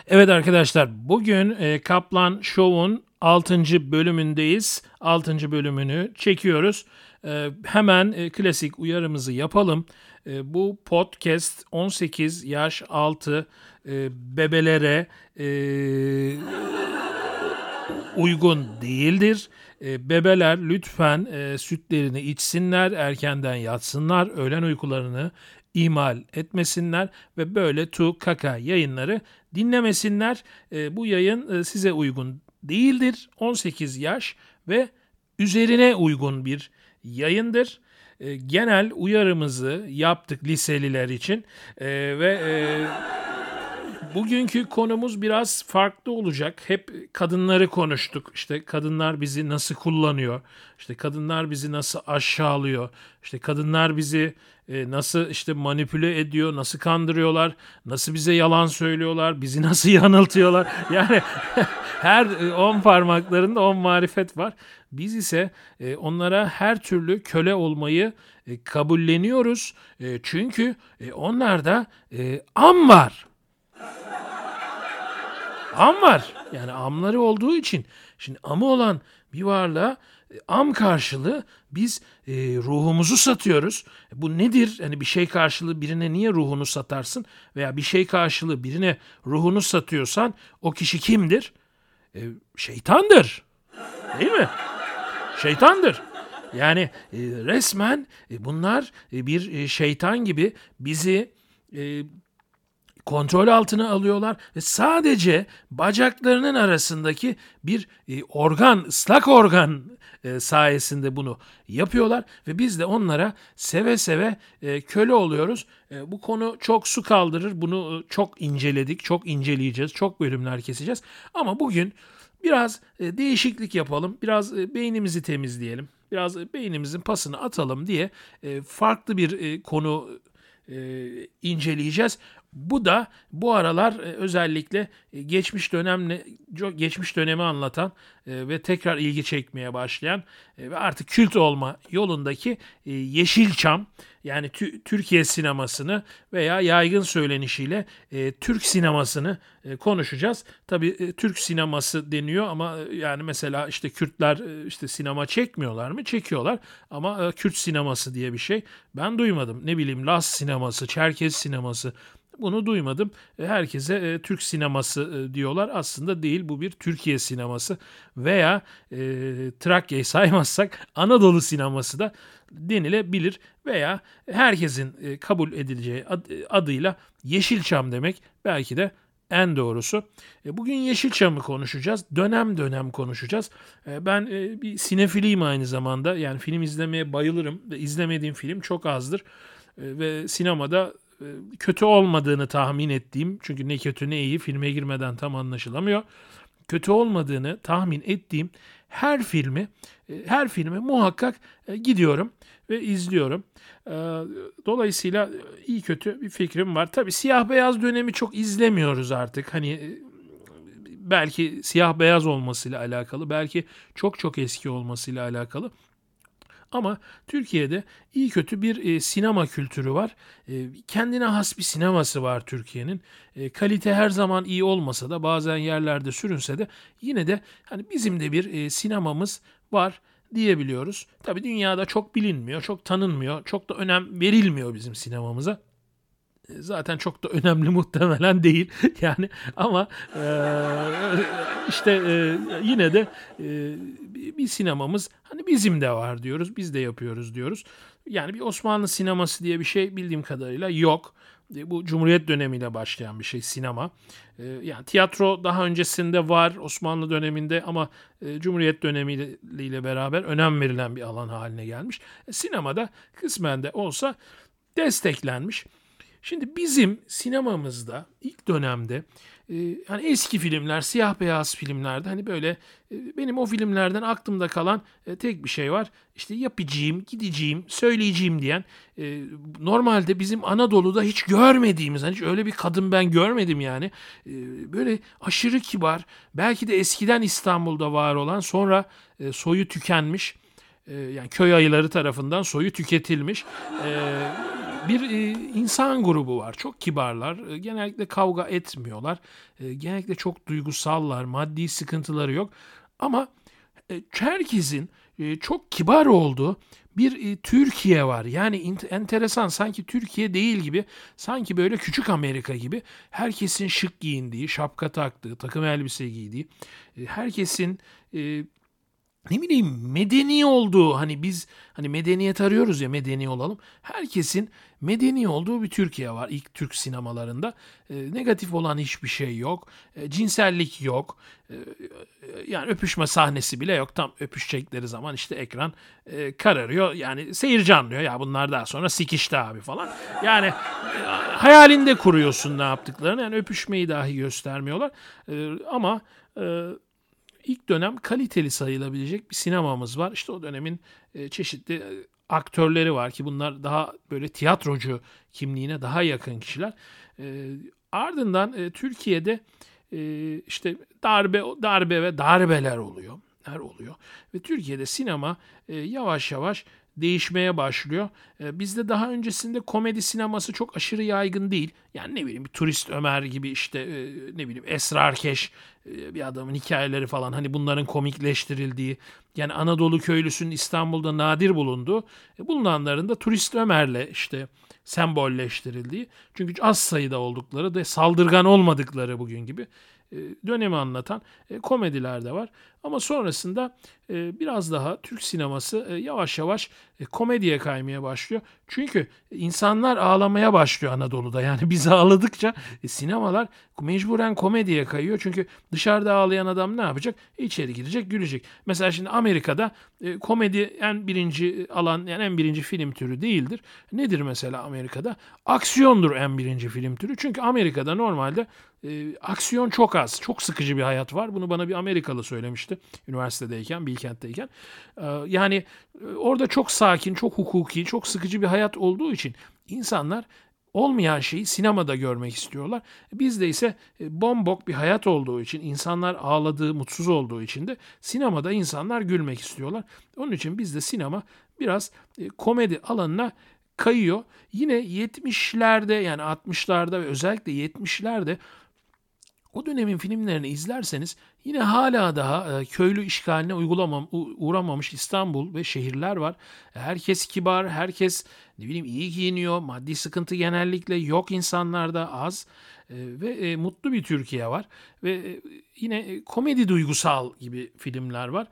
Evet arkadaşlar, bugün Kaplan Show'un 6. bölümündeyiz. 6. bölümünü çekiyoruz. Hemen klasik uyarımızı yapalım. Bu podcast 18 yaş altı bebelere uygun değildir. Bebeler lütfen sütlerini içsinler, erkenden yatsınlar, öğlen uykularını ihmal etmesinler ve böyle tu kaka yayınları dinlemesinler. Bu yayın size uygun değildir. 18 yaş ve üzerine uygun bir yayındır. Genel uyarımızı yaptık liseliler için. Bugünkü konumuz biraz farklı olacak. Hep kadınları konuştuk. İşte kadınlar bizi nasıl kullanıyor? İşte kadınlar bizi nasıl aşağılıyor? İşte kadınlar bizi nasıl işte manipüle ediyor? Nasıl kandırıyorlar? Nasıl bize yalan söylüyorlar? Bizi nasıl yanıltıyorlar? Yani her 10 parmaklarında 10 marifet var. Biz ise onlara her türlü köle olmayı kabulleniyoruz. Çünkü onlarda am var. Am var. Yani amları olduğu için. Şimdi amı olan bir varlığa am karşılığı biz ruhumuzu satıyoruz. Bu nedir? Hani bir şey karşılığı birine niye ruhunu satarsın? Veya bir şey karşılığı birine ruhunu satıyorsan o kişi kimdir? Şeytandır. Değil mi? Şeytandır. Yani resmen bunlar bir şeytan gibi bizi kontrol altına alıyorlar ve sadece bacaklarının arasındaki bir organ, ıslak organ sayesinde bunu yapıyorlar ve biz de onlara seve seve köle oluyoruz. Bu konu çok su kaldırır. Bunu çok inceledik, çok inceleyeceğiz, çok bölümler keseceğiz. Ama bugün biraz değişiklik yapalım, biraz beynimizi temizleyelim, biraz beynimizin pasını atalım diye farklı bir konu inceleyeceğiz. Bu da bu aralar özellikle geçmiş dönemi anlatan ve tekrar ilgi çekmeye başlayan ve artık kült olma yolundaki Yeşilçam, yani Türkiye sinemasını veya yaygın söylenişiyle Türk sinemasını konuşacağız. Tabii Türk sineması deniyor ama yani mesela işte Kürtler işte sinema çekmiyorlar mı? Çekiyorlar ama Kürt sineması diye bir şey ben duymadım. Ne bileyim, Laz sineması, Çerkez sineması, bunu duymadım. Herkese Türk sineması diyorlar. Aslında değil, bu bir Türkiye sineması veya Trakya'yı saymazsak Anadolu sineması da denilebilir veya herkesin kabul edileceği adıyla Yeşilçam demek belki de en doğrusu. Bugün Yeşilçam'ı konuşacağız. Dönem dönem konuşacağız. Ben bir sinefiliyim aynı zamanda. Yani film izlemeye bayılırım ve izlemediğim film çok azdır. Ve sinemada kötü olmadığını tahmin ettiğim, çünkü ne kötü ne iyi filme girmeden tam anlaşılamıyor. Kötü olmadığını tahmin ettiğim her filme muhakkak gidiyorum ve izliyorum. Dolayısıyla iyi kötü bir fikrim var. Tabii siyah beyaz dönemi çok izlemiyoruz artık. Hani belki siyah beyaz olmasıyla alakalı, belki çok çok eski olmasıyla alakalı. Ama Türkiye'de iyi kötü bir sinema kültürü var. Kendine has bir sineması var Türkiye'nin. Kalite her zaman iyi olmasa da, bazen yerlerde sürünse de, yine de hani bizim de bir sinemamız var diyebiliyoruz. Tabii dünyada çok bilinmiyor, çok tanınmıyor, çok da önem verilmiyor bizim sinemamıza. Zaten çok da önemli muhtemelen değil yani, ama işte yine de bir sinemamız hani bizim de var diyoruz, biz de yapıyoruz diyoruz. Yani bir Osmanlı sineması diye bir şey bildiğim kadarıyla yok. Bu Cumhuriyet dönemiyle başlayan bir şey sinema. Yani tiyatro daha öncesinde var Osmanlı döneminde ama Cumhuriyet dönemiyle beraber önem verilen bir alan haline gelmiş. Sinemada kısmen de olsa desteklenmiş. Şimdi bizim sinemamızda ilk dönemde hani eski filmler, siyah beyaz filmlerde hani böyle benim o filmlerden aklımda kalan tek bir şey var. İşte yapacağım, gideceğim, söyleyeceğim diyen, normalde bizim Anadolu'da hiç görmediğimiz, hani hiç öyle bir kadın ben görmedim yani. Böyle aşırı kibar, belki de eskiden İstanbul'da var olan, sonra soyu tükenmiş, yani köy ayıları tarafından soyu tüketilmiş bir insan grubu var. Çok kibarlar. Genellikle kavga etmiyorlar. Genellikle çok duygusallar. Maddi sıkıntıları yok. Ama herkesin çok kibar olduğu bir Türkiye var. Yani enteresan, sanki Türkiye değil gibi, sanki böyle küçük Amerika gibi herkesin şık giyindiği, şapka taktığı, takım elbise giydiği, herkesin ne bileyim medeni olduğu, hani biz hani medeniyet arıyoruz ya, medeni olalım. Herkesin medeni olduğu bir Türkiye var ilk Türk sinemalarında. Negatif olan hiçbir şey yok. Cinsellik yok. Yani öpüşme sahnesi bile yok. Tam öpüşecekleri zaman işte ekran kararıyor. Yani seyirci anlıyor ya, bunlar daha sonra sikişti abi falan. Yani hayalinde kuruyorsun ne yaptıklarını. Yani öpüşmeyi dahi göstermiyorlar. Ama ilk dönem kaliteli sayılabilecek bir sinemamız var. İşte o dönemin çeşitli aktörleri var ki bunlar daha böyle tiyatrocu kimliğine daha yakın kişiler. Ardından Türkiye'de işte darbe ve darbeler oluyor. Ve Türkiye'de sinema yavaş yavaş değişmeye başlıyor. Bizde daha öncesinde komedi sineması çok aşırı yaygın değil. Yani ne bileyim bir Turist Ömer gibi, işte ne bileyim Esrarkeş bir adamın hikayeleri falan, hani bunların komikleştirildiği, yani Anadolu köylüsünün İstanbul'da nadir bulunduğu, bulunanların da Turist Ömer'le işte sembolleştirildiği, çünkü az sayıda oldukları da saldırgan olmadıkları bugün gibi dönemi anlatan komediler de var. Ama sonrasında biraz daha Türk sineması yavaş yavaş komediye kaymaya başlıyor. Çünkü insanlar ağlamaya başlıyor Anadolu'da. Yani biz ağladıkça sinemalar mecburen komediye kayıyor. Çünkü dışarıda ağlayan adam ne yapacak? İçeri girecek, gülecek. Mesela şimdi Amerika'da komedi en birinci alan, yani en birinci film türü değildir. Nedir mesela Amerika'da? Aksiyondur en birinci film türü. Çünkü Amerika'da normalde aksiyon çok az. Çok sıkıcı bir hayat var. Bunu bana bir Amerikalı söylemişti üniversitedeyken, Bilkent'teyken. Yani orada çok sakin, çok hukuki, çok sıkıcı bir hayat olduğu için insanlar olmayan şeyi sinemada görmek istiyorlar. Bizde ise bombok bir hayat olduğu için, insanlar ağladığı, mutsuz olduğu için de sinemada insanlar gülmek istiyorlar. Onun için bizde sinema biraz komedi alanına kayıyor. Yine 70'lerde, yani 60'larda ve özellikle 70'lerde o dönemin filmlerini izlerseniz yine hala daha köylü işgaline uğramamış İstanbul ve şehirler var. Herkes kibar, herkes ne bileyim iyi giyiniyor, maddi sıkıntı genellikle yok insanlarda, az ve mutlu bir Türkiye var. Ve yine komedi duygusal gibi filmler var.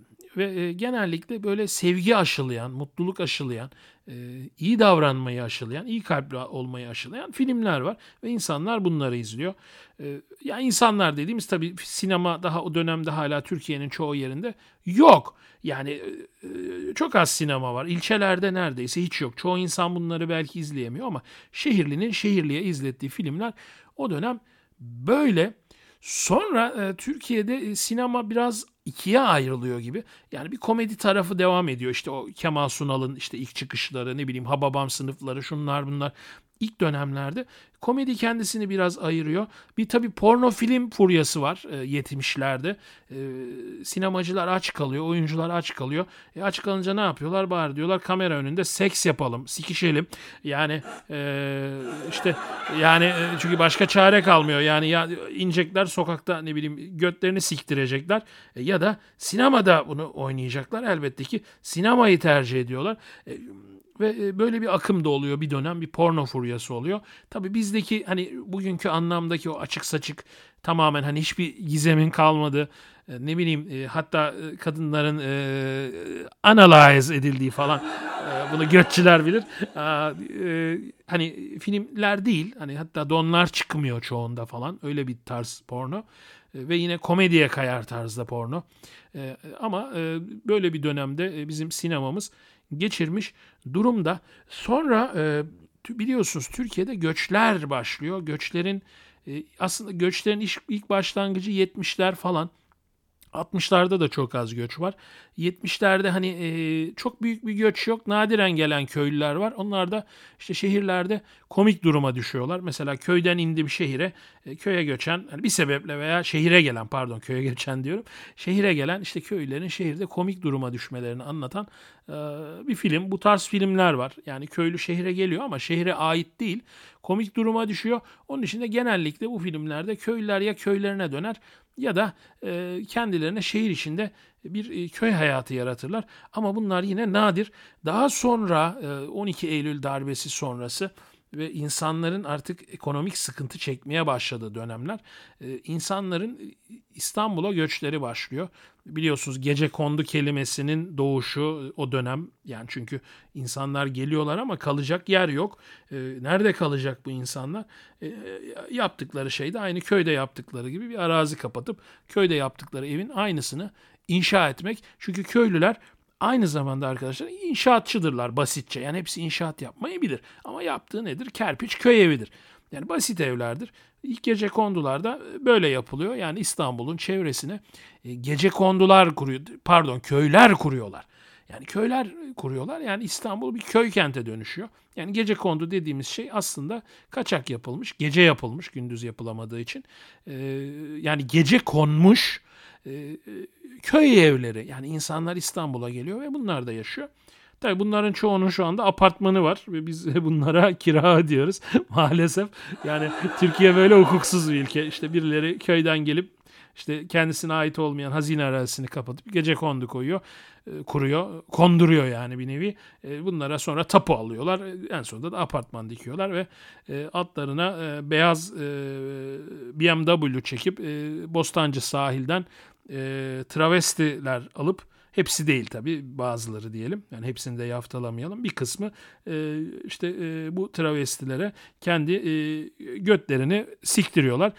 Ve genellikle böyle sevgi aşılayan, mutluluk aşılayan, iyi davranmayı aşılayan, iyi kalpli olmayı aşılayan filmler var. Ve insanlar bunları izliyor. Yani insanlar dediğimiz, tabii sinema daha o dönemde hala Türkiye'nin çoğu yerinde yok. Yani çok az sinema var. İlçelerde neredeyse hiç yok. Çoğu insan bunları belki izleyemiyor ama şehirlinin şehirliye izlettiği filmler o dönem böyle. Sonra Türkiye'de sinema biraz ikiye ayrılıyor gibi. Yani bir komedi tarafı devam ediyor. İşte o Kemal Sunal'ın işte ilk çıkışları, ne bileyim Hababam sınıfları, şunlar bunlar. İlk dönemlerde komedi kendisini biraz ayırıyor. Bir tabii porno film furyası var 70'lerde. Sinemacılar aç kalıyor, oyuncular aç kalıyor. Aç kalınca ne yapıyorlar? Bari diyorlar kamera önünde seks yapalım, sikişelim. Yani işte yani çünkü başka çare kalmıyor. Yani ya inecekler sokakta, ne bileyim götlerini siktirecekler ya da sinemada bunu oynayacaklar. Elbette ki sinemayı tercih ediyorlar. Ve böyle bir akım da oluyor bir dönem, bir porno furyası oluyor. Tabii bizdeki hani bugünkü anlamdaki o açık saçık, tamamen hani hiçbir gizemin kalmadı. Ne bileyim hatta kadınların analyze edildiği falan, bunu götçüler bilir. Hani filmler değil, hani hatta donlar çıkmıyor çoğunda falan, öyle bir tarz porno. Ve yine komediye kayar tarzda porno. Ama böyle bir dönemde bizim sinemamız geçirmiş durumda. Sonra biliyorsunuz Türkiye'de göçler başlıyor. Aslında göçlerin ilk başlangıcı 70'ler falan. 60'larda da çok az göç var. 70'lerde hani çok büyük bir göç yok. Nadiren gelen köylüler var. Onlar da işte şehirlerde komik duruma düşüyorlar. Mesela köyden indi bir şehire, köye göçen, hani bir sebeple veya şehire gelen, pardon köye göçen diyorum. Şehire gelen işte köylülerin şehirde komik duruma düşmelerini anlatan bir film. Bu tarz filmler var. Yani köylü şehire geliyor ama şehre ait değil. Komik duruma düşüyor. Onun için de genellikle bu filmlerde köylüler ya köylerine döner ya da kendilerine şehir içinde bir köy hayatı yaratırlar. Ama bunlar yine nadir. Daha sonra 12 Eylül darbesi sonrası ve insanların artık ekonomik sıkıntı çekmeye başladığı dönemler, insanların İstanbul'a göçleri başlıyor. Biliyorsunuz gecekondu kelimesinin doğuşu o dönem. Yani çünkü insanlar geliyorlar ama kalacak yer yok. Nerede kalacak bu insanlar? Yaptıkları şey de aynı köyde yaptıkları gibi bir arazi kapatıp köyde yaptıkları evin aynısını inşa etmek. Çünkü köylüler aynı zamanda arkadaşlar inşaatçıdırlar basitçe. Yani hepsi inşaat yapmayı bilir. Ama yaptığı nedir? Kerpiç köy evidir. Yani basit evlerdir. İlk gecekondular da böyle yapılıyor. Yani İstanbul'un çevresine gecekondular kuruyor. Pardon, köyler kuruyorlar. Yani köyler kuruyorlar. Yani İstanbul bir köy kente dönüşüyor. Yani gecekondu dediğimiz şey aslında kaçak yapılmış, gece yapılmış, gündüz yapılamadığı için. Yani gece konmuş köy evleri. Yani insanlar İstanbul'a geliyor ve bunlar da yaşıyor. Tabii bunların çoğunun şu anda apartmanı var ve biz bunlara kira diyoruz maalesef. Yani Türkiye böyle hukuksuz bir ülke. İşte birileri köyden gelip işte kendisine ait olmayan hazine arazisini kapatıp gecekondu koyuyor, kuruyor, konduruyor yani bir nevi. Bunlara sonra tapu alıyorlar. En sonunda da apartman dikiyorlar ve altlarına beyaz BMW çekip Bostancı sahilden travestiler alıp, hepsi değil tabii, bazıları diyelim. Yani hepsini de yaftalamayalım. Bir kısmı işte bu travestilere kendi götlerini siktiriyorlar.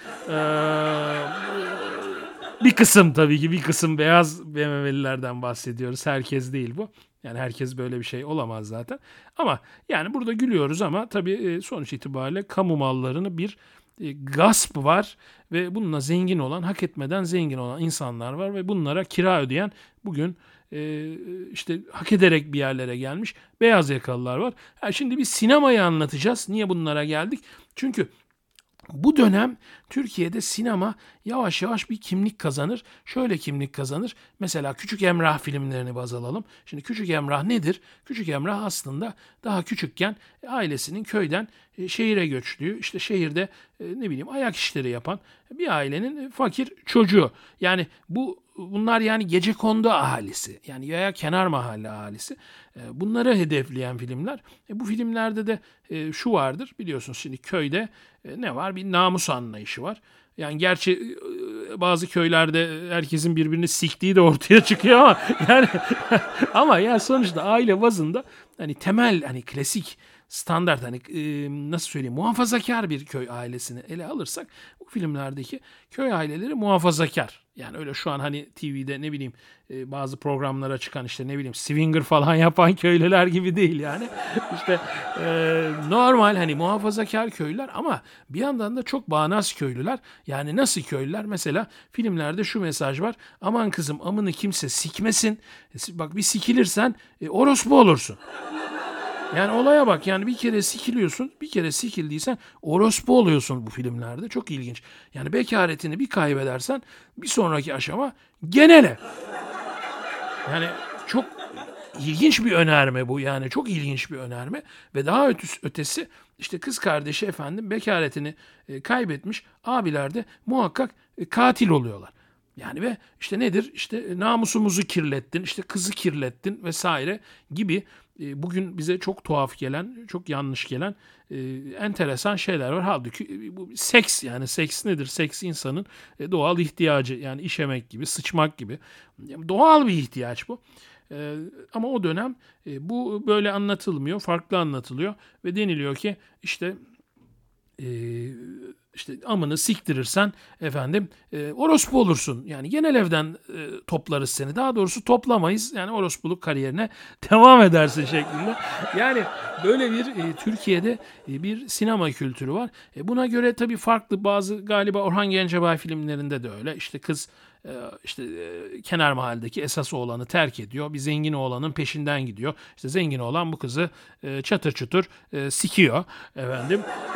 Bir kısım tabii ki, bir kısım beyaz BMW'lilerden bahsediyoruz. Herkes değil bu. Yani herkes böyle bir şey olamaz zaten. Ama yani burada gülüyoruz ama tabii sonuç itibariyle kamu mallarını bir gasp var ve bununla zengin olan, hak etmeden zengin olan insanlar var ve bunlara kira ödeyen, bugün işte hak ederek bir yerlere gelmiş beyaz yakalılar var. Yani şimdi biz sinemayı anlatacağız. Niye bunlara geldik? Çünkü bu dönem Türkiye'de sinema yavaş yavaş bir kimlik kazanır. Şöyle kimlik kazanır. Mesela Küçük Emrah filmlerini baz alalım. Şimdi Küçük Emrah nedir? Küçük Emrah aslında daha küçükken ailesinin köyden şehire göçtüğü, işte şehirde ne bileyim ayak işleri yapan bir ailenin fakir çocuğu. Yani bunlar yani gecekondu ahalisi. Yani veya kenar mahalle ahalisi. Bunları hedefleyen filmler. Bu filmlerde de şu vardır. Biliyorsunuz şimdi köyde ne var? Bir namus anlayışı var. Yani gerçi bazı köylerde herkesin birbirini siktiği de ortaya çıkıyor ama yani ama ya sonuçta aile bazında hani temel, hani klasik standart, hani nasıl söyleyeyim, muhafazakar bir köy ailesini ele alırsak bu filmlerdeki köy aileleri muhafazakar. Yani öyle şu an hani TV'de ne bileyim bazı programlara çıkan işte ne bileyim swinger falan yapan köylüler gibi değil yani. İşte normal hani muhafazakar köylüler ama bir yandan da çok bağnaz köylüler. Yani nasıl köylüler? Mesela filmlerde şu mesaj var. Aman kızım, amını kimse sikmesin. Bak bir sikilirsen orospu olursun. Yani olaya bak, yani bir kere sikiliyorsun, bir kere sikildiysen orospu oluyorsun bu filmlerde. Çok ilginç. Yani bekaretini bir kaybedersen bir sonraki aşama genele. Yani çok ilginç bir önerme bu, yani çok ilginç bir önerme ve daha ötesi işte kız kardeşi efendim bekaretini kaybetmiş abiler de muhakkak katil oluyorlar. Yani ve işte nedir? İşte namusumuzu kirlettin, işte kızı kirlettin vesaire gibi bugün bize çok tuhaf gelen, çok yanlış gelen enteresan şeyler var. Halbuki bu seks, yani seks nedir? Seks insanın doğal ihtiyacı, yani işemek gibi, sıçmak gibi. Yani doğal bir ihtiyaç bu. Ama o dönem bu böyle anlatılmıyor, farklı anlatılıyor ve deniliyor ki işte işte amını siktirirsen efendim orospu olursun. Yani genel evden toplarız seni. Daha doğrusu toplamayız. Yani orospuluk kariyerine devam edersin şeklinde. Yani böyle bir Türkiye'de bir sinema kültürü var. Buna göre tabii farklı bazı, galiba Orhan Gencebay filmlerinde de öyle. İşte kız işte kenar mahalledeki esas oğlanı terk ediyor. Bir zengin oğlanın peşinden gidiyor. İşte zengin oğlan bu kızı çatır çutur sikiyor efendim.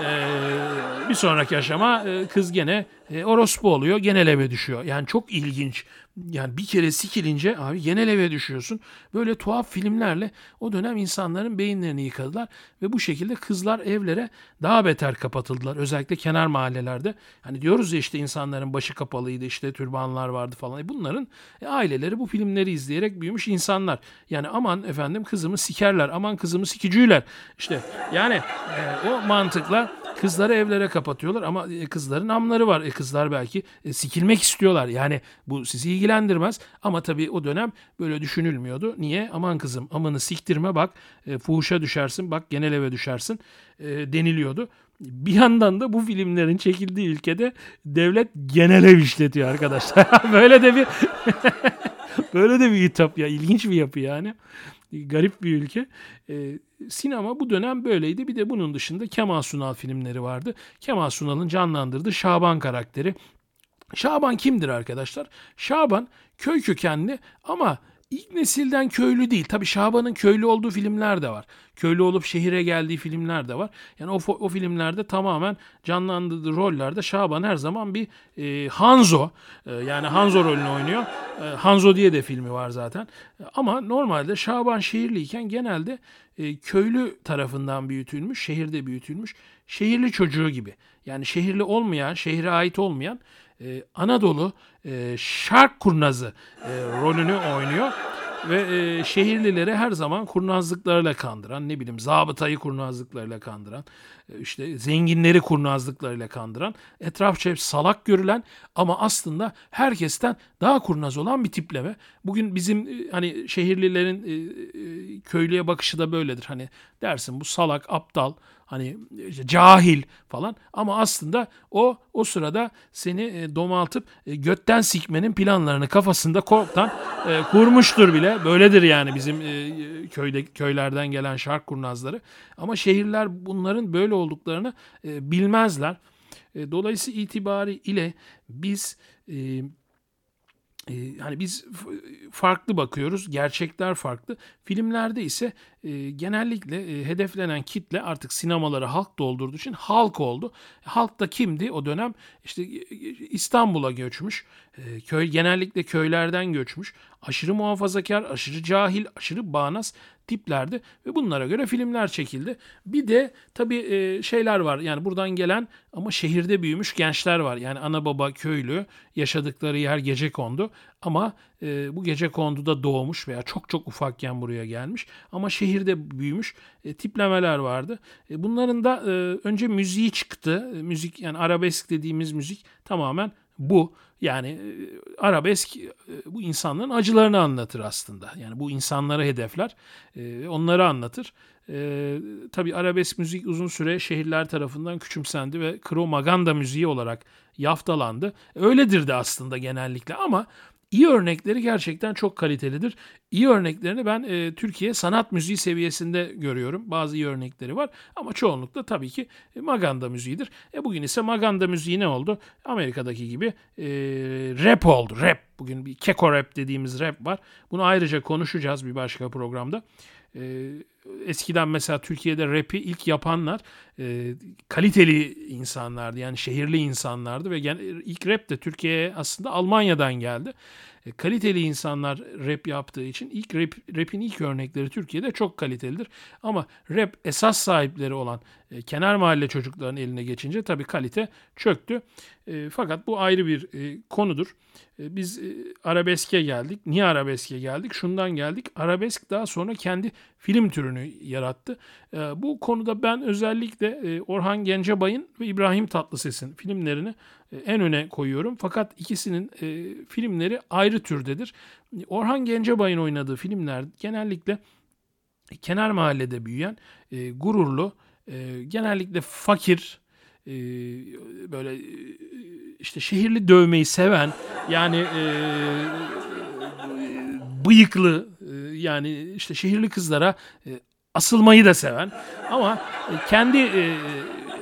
Bir sonraki aşama kız gene orospu oluyor. Genel eve düşüyor. Yani çok ilginç. Yani bir kere sikilince abi genel eve düşüyorsun. Böyle tuhaf filmlerle o dönem insanların beyinlerini yıkadılar ve bu şekilde kızlar evlere daha beter kapatıldılar. Özellikle kenar mahallelerde. Hani diyoruz ya işte insanların başı kapalıydı, işte türbanlar vardı falan. Bunların aileleri bu filmleri izleyerek büyümüş insanlar. Yani aman efendim kızımı sikerler, aman kızımı sikicüler. İşte yani o mantıkla kızları evlere kapatıyorlar ama kızların amları var. Kızlar belki sikilmek istiyorlar. Yani bu sizi ilgilendirmez. Ama tabii o dönem böyle düşünülmüyordu. Niye? Aman kızım amını siktirme bak fuhuşa düşersin, bak genel eve düşersin deniliyordu. Bir yandan da bu filmlerin çekildiği ülkede devlet genel ev işletiyor arkadaşlar. Böyle de bir böyle de bir ütopya. İlginç bir yapı yani. Garip bir ülke. Sinema bu dönem böyleydi. Bir de bunun dışında Kemal Sunal filmleri vardı. Kemal Sunal'ın canlandırdığı Şaban karakteri. Şaban kimdir arkadaşlar? Şaban köy kökenli ama ilk nesilden köylü değil. Tabii Şaban'ın köylü olduğu filmler de var. Köylü olup şehire geldiği filmler de var. Yani o filmlerde tamamen canlandırdığı rollerde Şaban her zaman bir Hanzo. Yani Hanzo rolünü oynuyor. Hanzo diye de filmi var zaten. Ama normalde Şaban şehirliyken genelde köylü tarafından büyütülmüş, şehirde büyütülmüş. Şehirli çocuğu gibi. Yani şehirli olmayan, şehre ait olmayan Anadolu şark kurnazı rolünü oynuyor ve şehirlileri her zaman kurnazlıklarıyla kandıran, ne bileyim zabıtayı kurnazlıklarıyla kandıran, işte zenginleri kurnazlıklarıyla kandıran, etrafça hep salak görülen ama aslında herkesten daha kurnaz olan bir tipleme. Bugün bizim hani şehirlilerin köylüye bakışı da böyledir. Hani dersin bu salak, aptal, hani işte cahil falan ama aslında o sırada seni domaltıp götten sikmenin planlarını kafasında korktan kurmuştur bile. Böyledir yani bizim köylerden gelen şark kurnazları. Ama şehirler bunların böyle olduklarını bilmezler. Dolayısıyla itibariyle biz hani biz farklı bakıyoruz. Gerçekler farklı. Filmlerde ise genellikle hedeflenen kitle artık sinemaları halk doldurduğu için halk oldu. Halk da kimdi o dönem? İşte İstanbul'a göçmüş. Genellikle köylerden göçmüş. Aşırı muhafazakar, aşırı cahil, aşırı bağnaz tiplerdi ve bunlara göre filmler çekildi. Bir de tabii şeyler var. Yani buradan gelen ama şehirde büyümüş gençler var. Yani ana baba köylü, yaşadıkları yer Gecekondu ama bu Gecekondu'da doğmuş veya çok çok ufakken buraya gelmiş ama şehirde büyümüş tiplemeler vardı. Bunların da önce müziği çıktı. Müzik yani arabesk dediğimiz müzik tamamen bu. Yani arabesk bu insanların acılarını anlatır aslında. Yani bu insanları hedefler, onları anlatır. Tabii arabesk müzik uzun süre şehirler tarafından küçümsendi ve Kromaganda müziği olarak yaftalandı. Öyledir de aslında genellikle ama iyi örnekleri gerçekten çok kalitelidir. İyi örneklerini ben Türkiye sanat müziği seviyesinde görüyorum. Bazı iyi örnekleri var ama çoğunlukla tabii ki Maganda müziğidir. Bugün ise Maganda müziği ne oldu? Amerika'daki gibi rap oldu. Rap. Bugün bir keko rap dediğimiz rap var. Bunu ayrıca konuşacağız bir başka programda. Eskiden mesela Türkiye'de rap'i ilk yapanlar kaliteli insanlardı. Yani şehirli insanlardı ve ilk rap de Türkiye'ye aslında Almanya'dan geldi. Kaliteli insanlar rap yaptığı için rap'in ilk örnekleri Türkiye'de çok kalitelidir. Ama rap esas sahipleri olan kenar mahalle çocukların eline geçince tabii kalite çöktü. Fakat bu ayrı bir konudur. Biz arabeske geldik. Niye arabeske geldik? Şundan geldik. Arabesk daha sonra kendi film türünü yarattı. Bu konuda ben özellikle Orhan Gencebay'ın ve İbrahim Tatlıses'in filmlerini en öne koyuyorum. Fakat ikisinin filmleri ayrı türdedir. Orhan Gencebay'ın oynadığı filmler genellikle kenar mahallede büyüyen, gururlu, genellikle fakir, böyle işte şehirli dövmeyi seven, yani bıyıklı, yani işte şehirli kızlara asılmayı da seven ama kendi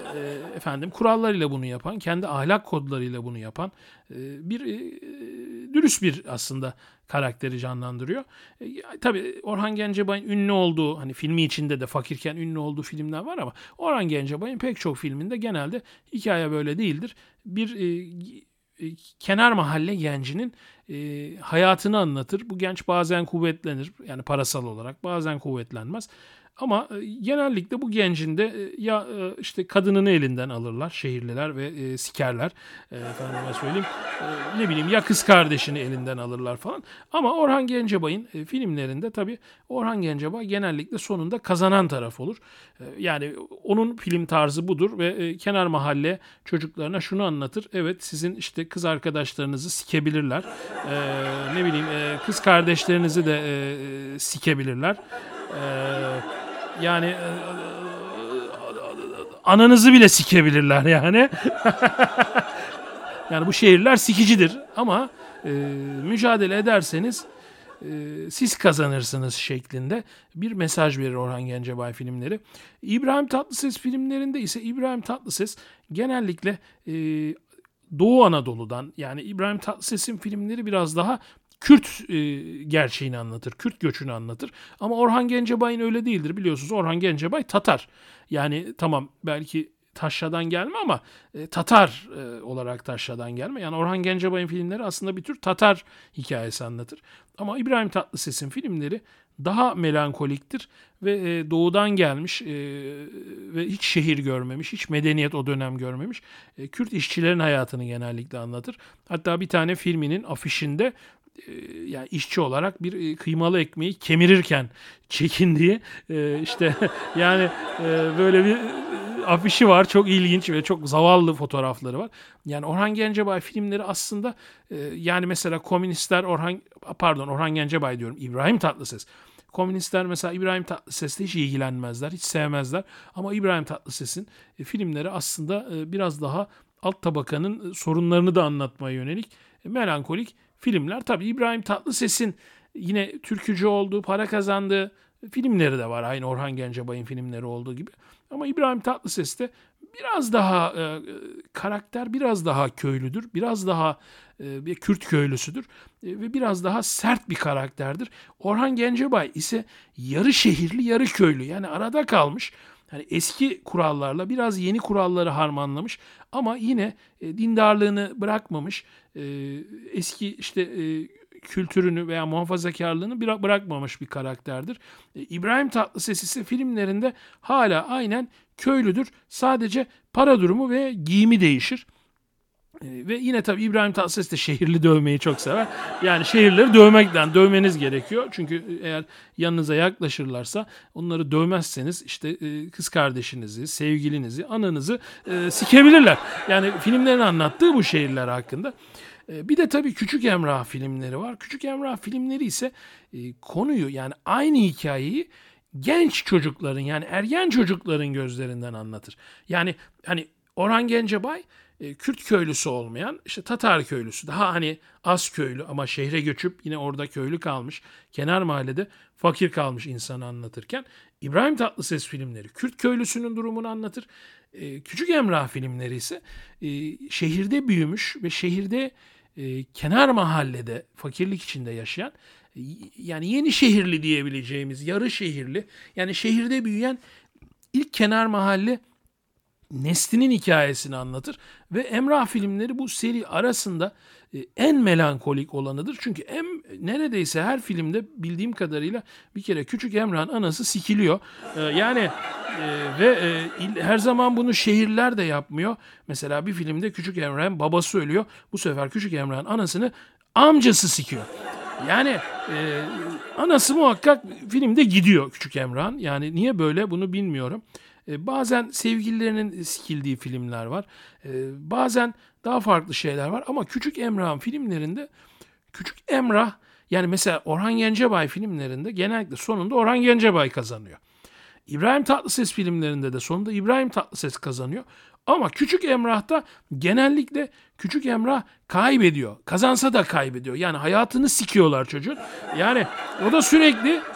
kurallarıyla bunu yapan, kendi ahlak kodlarıyla bunu yapan bir dürüst bir aslında karakteri canlandırıyor. Tabii Orhan Gencebay'ın ünlü olduğu, hani filmi içinde de fakirken ünlü olduğu filmler var ama Orhan Gencebay'ın pek çok filminde genelde hikaye böyle değildir. Bir kenar mahalle gencinin hayatını anlatır. Bu genç bazen kuvvetlenir, yani parasal olarak, bazen kuvvetlenmez. Ama genellikle bu gencin de ya işte kadınını elinden alırlar şehirliler ve sikerler. Efendime söyleyeyim. Ne bileyim, ya kız kardeşini elinden alırlar falan. Ama Orhan Gencebay'ın filmlerinde tabii Orhan Gencebay genellikle sonunda kazanan taraf olur. Yani onun film tarzı budur ve kenar mahalle çocuklarına şunu anlatır. Evet, sizin işte kız arkadaşlarınızı sikebilirler. Ne bileyim, kız kardeşlerinizi de sikebilirler. Yani ananızı bile sikebilirler yani. Yani bu şehirler sikicidir ama mücadele ederseniz siz kazanırsınız şeklinde bir mesaj verir Orhan Gencebay filmleri. İbrahim Tatlıses filmlerinde ise İbrahim Tatlıses genellikle Doğu Anadolu'dan, yani İbrahim Tatlıses'in filmleri biraz daha Kürt gerçeğini anlatır, Kürt göçünü anlatır. Ama Orhan Gencebay'ın öyle değildir, biliyorsunuz. Orhan Gencebay Tatar. Yani tamam, belki Taşra'dan gelme ama Tatar olarak Taşra'dan gelme. Yani Orhan Gencebay'ın filmleri aslında bir tür Tatar hikayesi anlatır. Ama İbrahim Tatlıses'in filmleri daha melankoliktir ve doğudan gelmiş ve hiç şehir görmemiş, hiç medeniyet o dönem görmemiş Kürt işçilerin hayatını genellikle anlatır. Hatta bir tane filminin afişinde yani işçi olarak bir kıymalı ekmeği kemirirken çekindiği işte yani böyle bir afişi var. Çok ilginç ve çok zavallı fotoğrafları var. Yani Orhan Gencebay filmleri aslında yani mesela komünistler Orhan Gencebay diyorum, İbrahim Tatlıses. Komünistler mesela İbrahim Tatlıses'le hiç ilgilenmezler, hiç sevmezler. Ama İbrahim Tatlıses'in filmleri aslında biraz daha alt tabakanın sorunlarını da anlatmaya yönelik melankolik filmler. Tabii İbrahim Tatlıses'in yine türkücü olduğu, para kazandığı filmleri de var. Aynı Orhan Gencebay'ın filmleri olduğu gibi. Ama İbrahim Tatlıses'te biraz daha karakter biraz daha köylüdür. Biraz daha bir Kürt köylüsüdür. Ve biraz daha sert bir karakterdir. Orhan Gencebay ise yarı şehirli, yarı köylü. Yani arada kalmış. Yani eski kurallarla biraz yeni kuralları harmanlamış ama yine dindarlığını bırakmamış. Eski işte kültürünü veya muhafazakarlığını bırakmamış bir karakterdir. İbrahim Tatlıses ise filmlerinde hala aynen köylüdür. Sadece para durumu ve giyimi değişir. Ve yine tabii İbrahim Tatlıses de şehirli dövmeyi çok sever. Yani şehirleri dövmeniz gerekiyor. Çünkü eğer yanınıza yaklaşırlarsa, onları dövmezseniz işte kız kardeşinizi, sevgilinizi, ananızı sikebilirler. Yani filmlerin anlattığı bu şehirler hakkında. Bir de tabii Küçük Emrah filmleri var. Küçük Emrah filmleri ise konuyu, yani aynı hikayeyi genç çocukların, yani ergen çocukların gözlerinden anlatır. Yani hani Orhan Gencebay Kürt köylüsü olmayan, işte Tatar köylüsü, daha hani az köylü ama şehre göçüp yine orada köylü kalmış, kenar mahallede fakir kalmış insanı anlatırken, İbrahim Tatlıses filmleri Kürt köylüsünün durumunu anlatır. Küçük Emrah filmleri ise şehirde büyümüş ve şehirde kenar mahallede fakirlik içinde yaşayan, yani yeni şehirli diyebileceğimiz, yarı şehirli, yani şehirde büyüyen ilk kenar mahalle neslinin hikayesini anlatır ve Emrah filmleri bu seri arasında en melankolik olanıdır. Çünkü neredeyse her filmde bildiğim kadarıyla bir kere Küçük Emrah'ın anası sikiliyor. Her zaman bunu şehirler de yapmıyor. Mesela bir filmde Küçük Emrah'ın babası ölüyor. Bu sefer Küçük Emrah'ın anasını amcası sikiyor. Yani anası muhakkak filmde gidiyor Küçük Emrah'ın. Yani niye böyle, bunu bilmiyorum. Bazen sevgililerinin sikildiği filmler var. Bazen daha farklı şeyler var. Ama Küçük Emrah'ın filmlerinde Küçük Emrah, yani mesela Orhan Gencebay filmlerinde genellikle sonunda Orhan Gencebay kazanıyor. İbrahim Tatlıses filmlerinde de sonunda İbrahim Tatlıses kazanıyor. Ama Küçük Emrah'ta genellikle Küçük Emrah kaybediyor. Kazansa da kaybediyor. Yani hayatını sikiyorlar çocuğun. Yani o da sürekli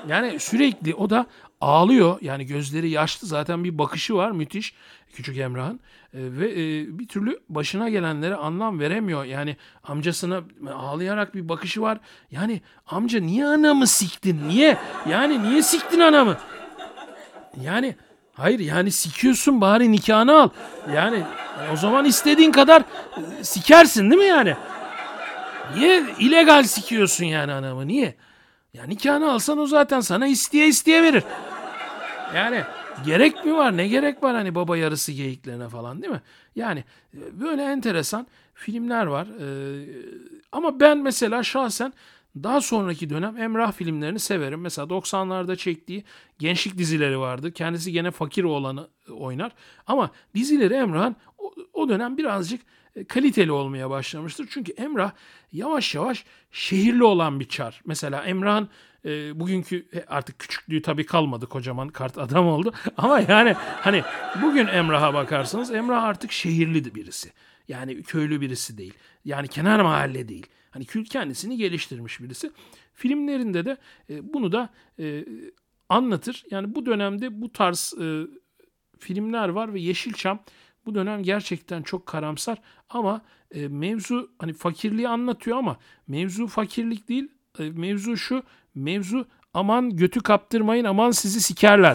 Yani sürekli o da ağlıyor. Yani gözleri yaşlı, zaten bir bakışı var müthiş küçük Emrah'ın. Ve bir türlü başına gelenlere anlam veremiyor. Yani amcasına ağlayarak bir bakışı var. Yani amca niye anamı siktin? Niye? Yani niye siktin anamı? Yani hayır, yani sikiyorsun, bari nikahını al. Yani o zaman istediğin kadar sikersin değil mi yani? Niye illegal sikiyorsun yani anamı? Niye? Ya nikahını alsan o zaten sana isteye isteye verir. Yani gerek mi var? Ne gerek var hani baba yarısı geyiklerine falan, değil mi? Yani böyle enteresan filmler var. Ama ben mesela şahsen daha sonraki dönem Emrah filmlerini severim. Mesela 90'larda çektiği gençlik dizileri vardı. Kendisi gene fakir oğlanı oynar. Ama dizileri Emrah'ın o dönem birazcık kaliteli olmaya başlamıştır. Çünkü Emrah yavaş yavaş şehirli olan bir çar. Mesela Emrah'ın bugünkü artık küçüklüğü tabii kalmadı, kocaman kart adam oldu. Ama yani hani bugün Emrah'a bakarsanız Emrah artık şehirli birisi. Yani köylü birisi değil. Yani kenar mahalle değil. Hani kendisini geliştirmiş birisi. Filmlerinde de bunu da anlatır. Yani bu dönemde bu tarz filmler var ve Yeşilçam bu dönem gerçekten çok karamsar. Ama mevzu hani fakirliği anlatıyor ama mevzu fakirlik değil. Mevzu şu, mevzu aman götü kaptırmayın, aman sizi sikerler.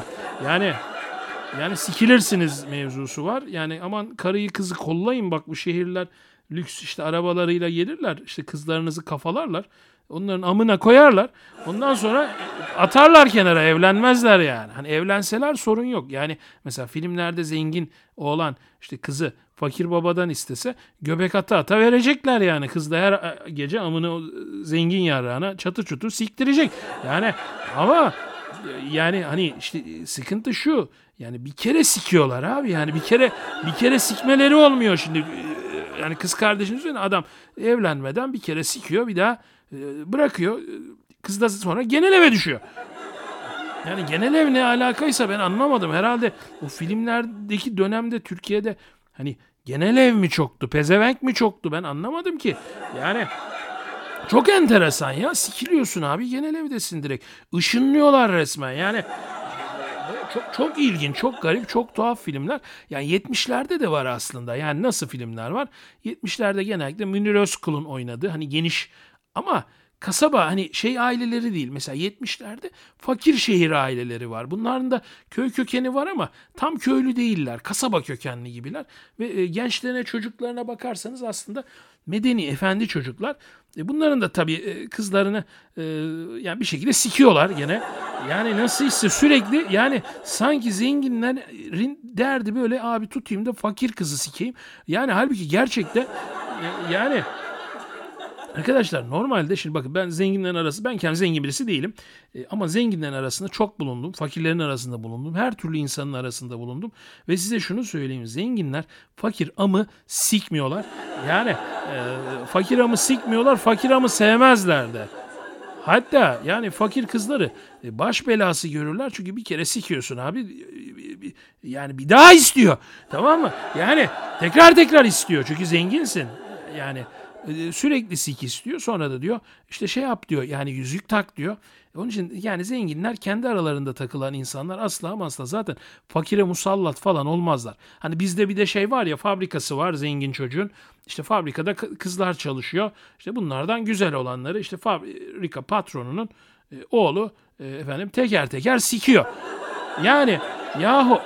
Yani sikilirsiniz mevzusu var. Yani aman karıyı kızı kollayın, bak bu şehirler lüks işte arabalarıyla gelirler. İşte kızlarınızı kafalarlar. Onların amına koyarlar. Ondan sonra atarlar kenara, evlenmezler yani. Hani evlenseler sorun yok. Yani mesela filmlerde zengin oğlan işte kızı fakir babadan istese göbek ata ata verecekler yani. Kız da her gece amını zengin yarrağına çatır çutur siktirecek. Yani ama yani hani işte sıkıntı şu. Yani bir kere sikiyorlar abi. Yani bir kere sikmeleri olmuyor şimdi. Yani kız kardeşiniz üzerine adam evlenmeden bir kere sikiyor, bir daha bırakıyor. Kız da sonra genel eve düşüyor. Yani genel ev ne alakaysa ben anlamadım. Herhalde o filmlerdeki dönemde Türkiye'de hani genel ev mi çoktu, pezevenk mi çoktu, ben anlamadım ki. Yani çok enteresan ya. Sikiliyorsun abi, genel evdesin direkt. Işınlıyorlar resmen. Yani çok ilginç, çok garip, çok tuhaf filmler. Yani 70'lerde de var aslında. Yani nasıl filmler var? 70'lerde genellikle Münir Özkul'un oynadığı hani geniş ama kasaba hani şey aileleri değil. Mesela 70'lerde fakir şehir aileleri var. Bunların da köy kökeni var ama tam köylü değiller. Kasaba kökenli gibiler. Ve gençlerine, çocuklarına bakarsanız aslında medeni, efendi çocuklar. Bunların da tabii kızlarını yani bir şekilde sikiyorlar gene. Yani nasıl ise sürekli, yani sanki zenginlerin derdi böyle, abi tutayım da fakir kızı sikeyim. Yani halbuki gerçekten yani arkadaşlar normalde şimdi bakın, ben kendim zengin birisi değilim. Ama zenginlerin arasında çok bulundum. Fakirlerin arasında bulundum. Her türlü insanın arasında bulundum. Ve size şunu söyleyeyim. Zenginler fakir amı sikmiyorlar. Yani fakir amı sikmiyorlar. Fakir amı sevmezler de. Hatta yani fakir kızları baş belası görürler. Çünkü bir kere sikiyorsun abi. Yani bir daha istiyor. Tamam mı? Yani tekrar istiyor. Çünkü zenginsin. Yani sürekli sik istiyor. Sonra da diyor işte şey yap diyor. Yani yüzük tak diyor. Onun için yani zenginler kendi aralarında takılan insanlar asla ama asla zaten fakire musallat falan olmazlar. Hani bizde bir de şey var ya, fabrikası var zengin çocuğun. İşte fabrikada kızlar çalışıyor. İşte bunlardan güzel olanları işte fabrika patronunun oğlu efendim teker teker sikiyor. Yani yahu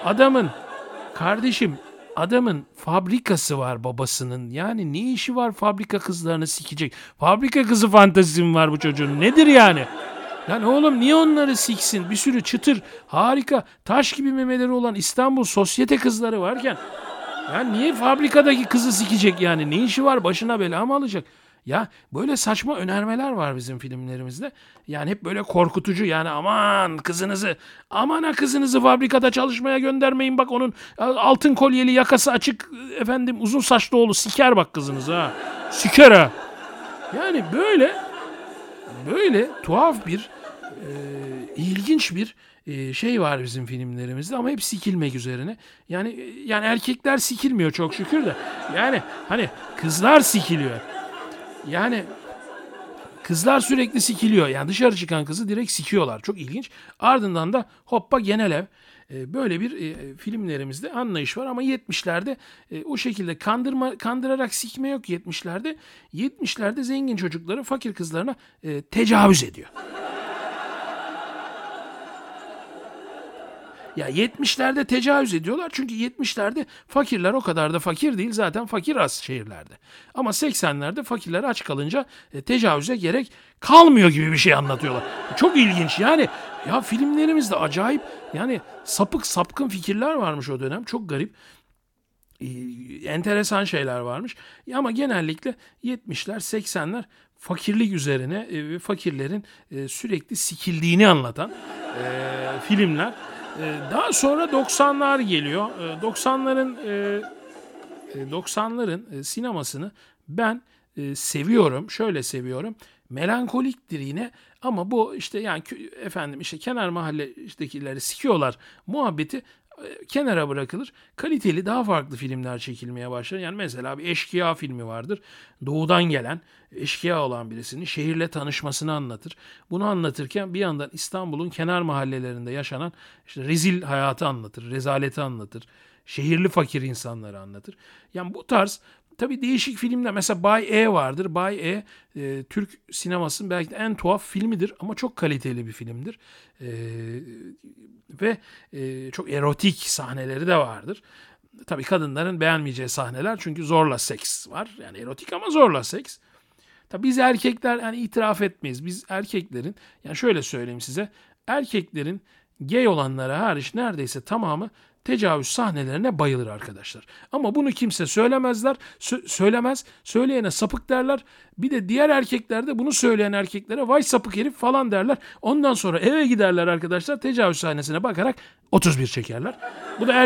adamın fabrikası var babasının. Yani ne işi var fabrika kızlarını sikecek? Fabrika kızı fantezisi mi var bu çocuğun? Nedir yani? Lan oğlum niye onları siksin? Bir sürü çıtır, harika, taş gibi memeleri olan İstanbul sosyete kızları varken ya niye fabrikadaki kızı sikecek yani? Ne işi var? Başına bela mı alacak? Ya böyle saçma önermeler var bizim filmlerimizde. Yani hep böyle korkutucu, yani aman kızınızı fabrikada çalışmaya göndermeyin, bak onun altın kolyeli yakası açık efendim uzun saçlı oğlu siker bak kızınızı ha. Siker ha. Yani böyle tuhaf bir ilginç bir şey var bizim filmlerimizde ama hep sikilmek üzerine. Yani erkekler sikilmiyor çok şükür de. Yani hani kızlar sikiliyor. Yani Kızlar sürekli sikiliyor. Yani dışarı çıkan kızı direkt sikiyorlar. Çok ilginç. Ardından da hoppa genel ev. Böyle bir filmlerimizde anlayış var ama 70'lerde o şekilde kandırarak sikme yok 70'lerde. 70'lerde zengin çocukları fakir kızlarına tecavüz ediyor. Ya 70'lerde tecavüz ediyorlar çünkü 70'lerde fakirler o kadar da fakir değil, zaten fakir az şehirlerde. Ama 80'lerde fakirler aç kalınca tecavüze gerek kalmıyor gibi bir şey anlatıyorlar. Çok ilginç yani, ya filmlerimizde acayip yani sapkın fikirler varmış o dönem, çok garip. Enteresan şeyler varmış. Ama genellikle 70'ler 80'ler fakirlik üzerine ve fakirlerin sürekli sikildiğini anlatan filmler. Daha sonra 90'lar geliyor. 90'ların sinemasını ben seviyorum. Şöyle seviyorum. Melankoliktir yine ama bu işte yani efendim işte kenar mahalledekileri sikiyorlar muhabbeti kenara bırakılır. Kaliteli daha farklı filmler çekilmeye başlar. Yani mesela bir Eşkıya filmi vardır. Doğudan gelen eşkıya olan birisinin şehirle tanışmasını anlatır. Bunu anlatırken bir yandan İstanbul'un kenar mahallelerinde yaşanan işte rezil hayatı anlatır, rezaleti anlatır. Şehirli fakir insanları anlatır. Yani bu tarz tabii değişik filmler. Mesela Bay E vardır. Bay E, Türk sinemasının belki de en tuhaf filmidir ama çok kaliteli bir filmdir. Ve çok erotik sahneleri de vardır. Tabii kadınların beğenmeyeceği sahneler çünkü zorla seks var. Yani erotik ama zorla seks. Tabii biz erkekler yani itiraf etmeyiz. Biz erkeklerin, yani şöyle söyleyeyim size. Erkeklerin gay olanlara hariç neredeyse tamamı tecavüz sahnelerine bayılır arkadaşlar. Ama bunu kimse söylemezler. Söylemez. Söyleyene sapık derler. Bir de diğer erkekler de bunu söyleyen erkeklere vay sapık herif falan derler. Ondan sonra eve giderler arkadaşlar. Tecavüz sahnesine bakarak 31 çekerler. Bu da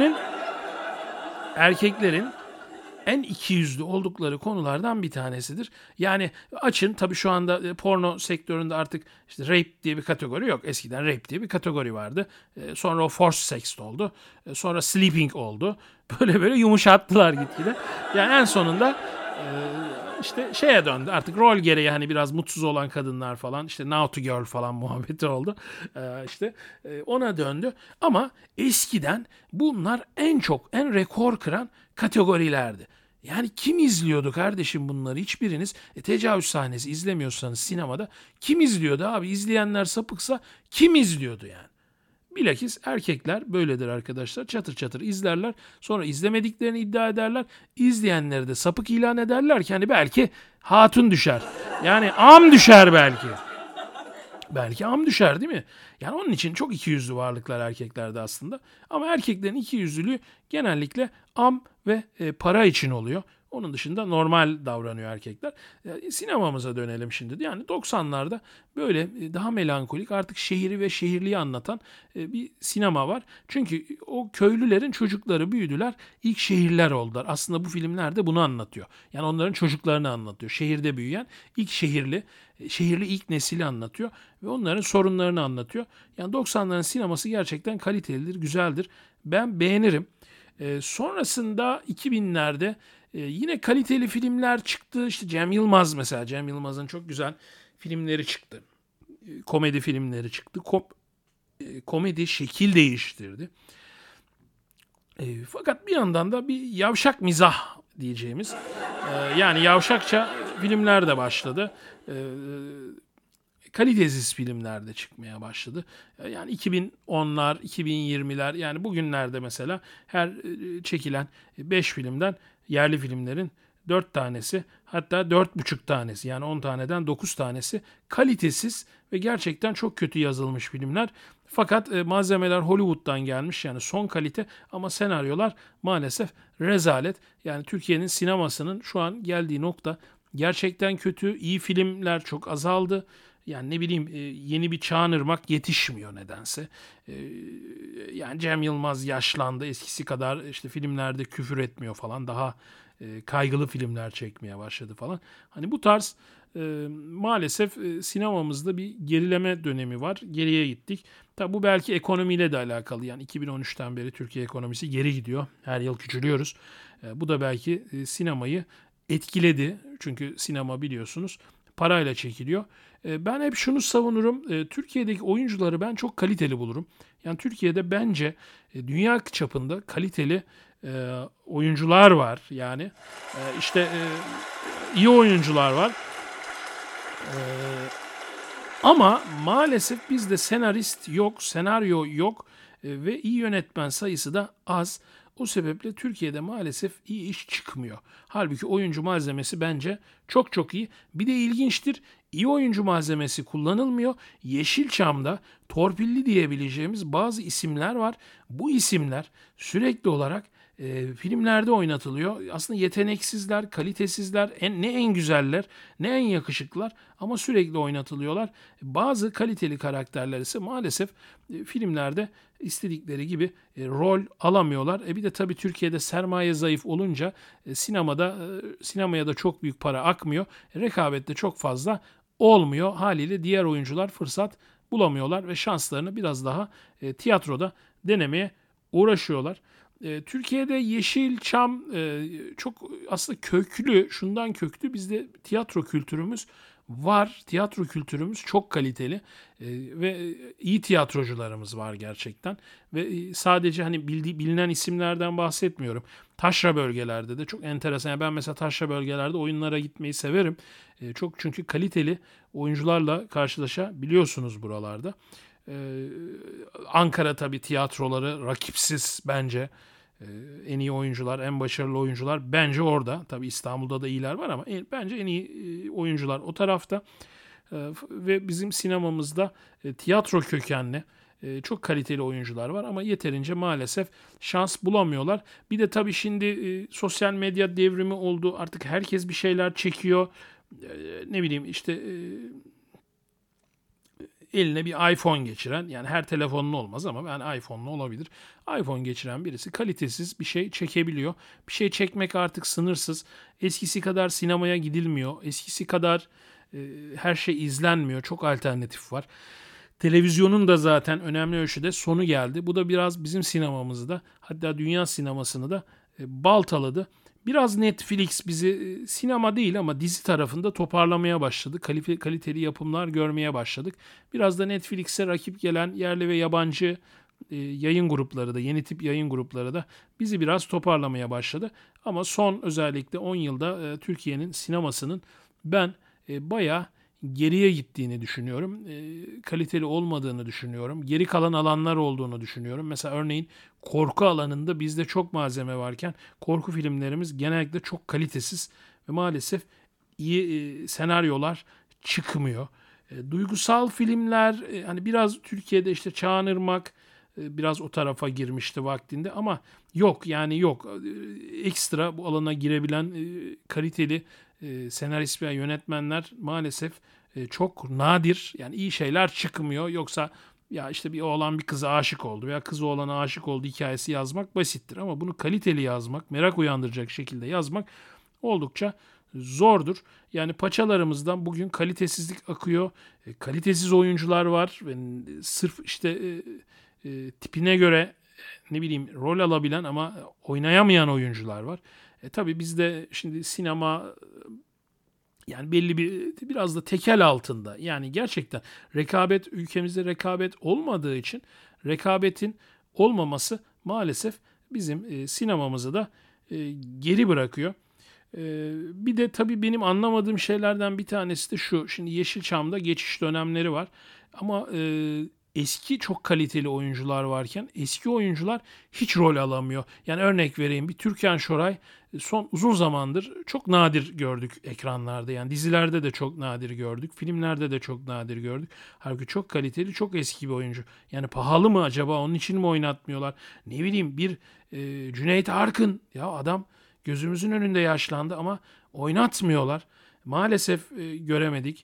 erkeklerin en ikiyüzlü oldukları konulardan bir tanesidir. Yani açın, tabii şu anda porno sektöründe artık işte rape diye bir kategori yok. Eskiden rape diye bir kategori vardı. Sonra o forced sex oldu. Sonra sleeping oldu. Böyle yumuşattılar gitgide. Yani en sonunda işte şeye döndü artık, rol gereği hani biraz mutsuz olan kadınlar falan, işte now to girl falan muhabbeti oldu. İşte ona döndü. Ama eskiden bunlar en rekor kıran kategorilerdi. Yani kim izliyordu kardeşim bunları? Hiçbiriniz tecavüz sahnesi izlemiyorsanız sinemada kim izliyordu abi? İzleyenler sapıksa kim izliyordu yani? Bilakis erkekler böyledir arkadaşlar. Çatır çatır izlerler. Sonra izlemediklerini iddia ederler. İzleyenleri de sapık ilan ederler ki hani belki hatun düşer. Yani am düşer belki. Belki am düşer değil mi? Yani onun için çok ikiyüzlü varlıklar erkeklerde aslında. Ama erkeklerin ikiyüzlülüğü genellikle am ve para için oluyor. Onun dışında normal davranıyor erkekler. Sinemamıza dönelim şimdi. Yani 90'larda böyle daha melankolik, artık şehri ve şehirliği anlatan bir sinema var. Çünkü o köylülerin çocukları büyüdüler, ilk şehirler oldular. Aslında bu filmler de bunu anlatıyor. Yani onların çocuklarını anlatıyor. Şehirde büyüyen ilk şehirli ilk nesili anlatıyor ve onların sorunlarını anlatıyor. Yani 90'ların sineması gerçekten kalitelidir, güzeldir. Ben beğenirim. Sonrasında 2000'lerde yine kaliteli filmler çıktı. İşte Cem Yılmaz mesela. Cem Yılmaz'ın çok güzel filmleri çıktı. Komedi filmleri çıktı. Komedi şekil değiştirdi. Fakat bir yandan da bir yavşak mizah diyeceğimiz, yani yavşakça filmler de başladı. Kalitesiz filmler de çıkmaya başladı. Yani 2010'lar, 2020'ler, yani bugünlerde mesela her çekilen 5 filmden yerli filmlerin 4 tanesi, hatta 4,5 tanesi, yani 10 taneden 9 tanesi kalitesiz ve gerçekten çok kötü yazılmış filmler. Fakat malzemeler Hollywood'dan gelmiş, yani son kalite, ama senaryolar maalesef rezalet. Yani Türkiye'nin sinemasının şu an geldiği nokta gerçekten kötü. İyi filmler çok azaldı. Yani ne bileyim, yeni bir Çağınırmak yetişmiyor nedense. Yani Cem Yılmaz yaşlandı. Eskisi kadar işte filmlerde küfür etmiyor falan. Daha kaygılı filmler çekmeye başladı falan. Hani bu tarz maalesef sinemamızda bir gerileme dönemi var. Geriye gittik. Tabi bu belki ekonomiyle de alakalı. Yani 2013'ten beri Türkiye ekonomisi geri gidiyor. Her yıl küçülüyoruz. Bu da belki sinemayı etkiledi. Çünkü sinema biliyorsunuz parayla çekiliyor. Ben hep şunu savunurum. Türkiye'deki oyuncuları ben çok kaliteli bulurum. Yani Türkiye'de bence dünya çapında kaliteli oyuncular var. Yani işte iyi oyuncular var. E, Ama maalesef bizde senarist yok, senaryo yok ve iyi yönetmen sayısı da az. O sebeple Türkiye'de maalesef iyi iş çıkmıyor. Halbuki oyuncu malzemesi bence çok çok iyi. Bir de ilginçtir, iyi oyuncu malzemesi kullanılmıyor. Yeşilçam'da torpilli diyebileceğimiz bazı isimler var. Bu isimler sürekli olarak filmlerde oynatılıyor. Aslında yeteneksizler, kalitesizler, ne en güzeller, ne en yakışıklılar ama sürekli oynatılıyorlar. Bazı kaliteli karakterler ise maalesef filmlerde istedikleri gibi rol alamıyorlar. Bir de tabii Türkiye'de sermaye zayıf olunca sinemaya da çok büyük para akmıyor. Rekabet de çok fazla olmuyor. Haliyle diğer oyuncular fırsat bulamıyorlar ve şanslarını biraz daha tiyatroda denemeye uğraşıyorlar. Türkiye'de Yeşilçam çok aslında köklü, şundan köklü, bizde tiyatro kültürümüz var. Tiyatro kültürümüz çok kaliteli ve iyi tiyatrocularımız var gerçekten. Ve sadece hani bilinen isimlerden bahsetmiyorum. Taşra bölgelerde de çok enteresan. Yani ben mesela taşra bölgelerde oyunlara gitmeyi severim. Çok çünkü kaliteli oyuncularla karşılaşabiliyorsunuz buralarda. Ankara tabii tiyatroları rakipsiz bence. En iyi oyuncular, en başarılı oyuncular bence orada. Tabii İstanbul'da da iyiler var ama bence en iyi oyuncular o tarafta. Ve bizim sinemamızda tiyatro kökenli çok kaliteli oyuncular var ama yeterince maalesef şans bulamıyorlar. Bir de tabii şimdi sosyal medya devrimi oldu. Artık herkes bir şeyler çekiyor. Ne bileyim işte eline bir iPhone geçiren, yani her telefonlu olmaz ama yani iPhone'lu olabilir. iPhone geçiren birisi kalitesiz bir şey çekebiliyor. Bir şey çekmek artık sınırsız. Eskisi kadar sinemaya gidilmiyor. Eskisi kadar her şey izlenmiyor. Çok alternatif var. Televizyonun da zaten önemli ölçüde sonu geldi. Bu da biraz bizim sinemamızı da, hatta dünya sinemasını da baltaladı. Biraz Netflix bizi sinema değil ama dizi tarafında toparlamaya başladı. Kaliteli yapımlar görmeye başladık. Biraz da Netflix'e rakip gelen yerli ve yabancı yayın grupları da, yeni tip yayın grupları da bizi biraz toparlamaya başladı. Ama son özellikle 10 yılda Türkiye'nin sinemasının ben bayağı geriye gittiğini düşünüyorum. Kaliteli olmadığını düşünüyorum. Geri kalan alanlar olduğunu düşünüyorum. Mesela örneğin korku alanında bizde çok malzeme varken korku filmlerimiz genellikle çok kalitesiz ve maalesef iyi senaryolar çıkmıyor. Duygusal filmler hani biraz Türkiye'de işte Çağınırmak biraz o tarafa girmişti vaktinde ama yok, yani yok. Ekstra bu alana girebilen kaliteli senarist veya yönetmenler maalesef çok nadir. Yani iyi şeyler çıkmıyor. Yoksa ya işte bir oğlan bir kıza aşık oldu veya kız oğlana aşık oldu hikayesi yazmak basittir. Ama bunu kaliteli yazmak, merak uyandıracak şekilde yazmak oldukça zordur. Yani paçalarımızdan bugün kalitesizlik akıyor. Kalitesiz oyuncular var ve sırf işte tipine göre ne bileyim rol alabilen ama oynayamayan oyuncular var. Tabii bizde şimdi sinema yani belli biraz da tekel altında. Yani gerçekten ülkemizde rekabet olmadığı için rekabetin olmaması maalesef bizim sinemamızı da geri bırakıyor. Bir de tabii benim anlamadığım şeylerden bir tanesi de şu. Şimdi Yeşilçam'da geçiş dönemleri var. Ama eski çok kaliteli oyuncular varken eski oyuncular hiç rol alamıyor. Yani örnek vereyim, bir Türkan Şoray son uzun zamandır çok nadir gördük ekranlarda. Yani dizilerde de çok nadir gördük. Filmlerde de çok nadir gördük. Halbuki çok kaliteli, çok eski bir oyuncu. Yani pahalı mı acaba? Onun için mi oynatmıyorlar? Ne bileyim, bir Cüneyt Arkın. Ya adam gözümüzün önünde yaşlandı ama oynatmıyorlar. Maalesef göremedik.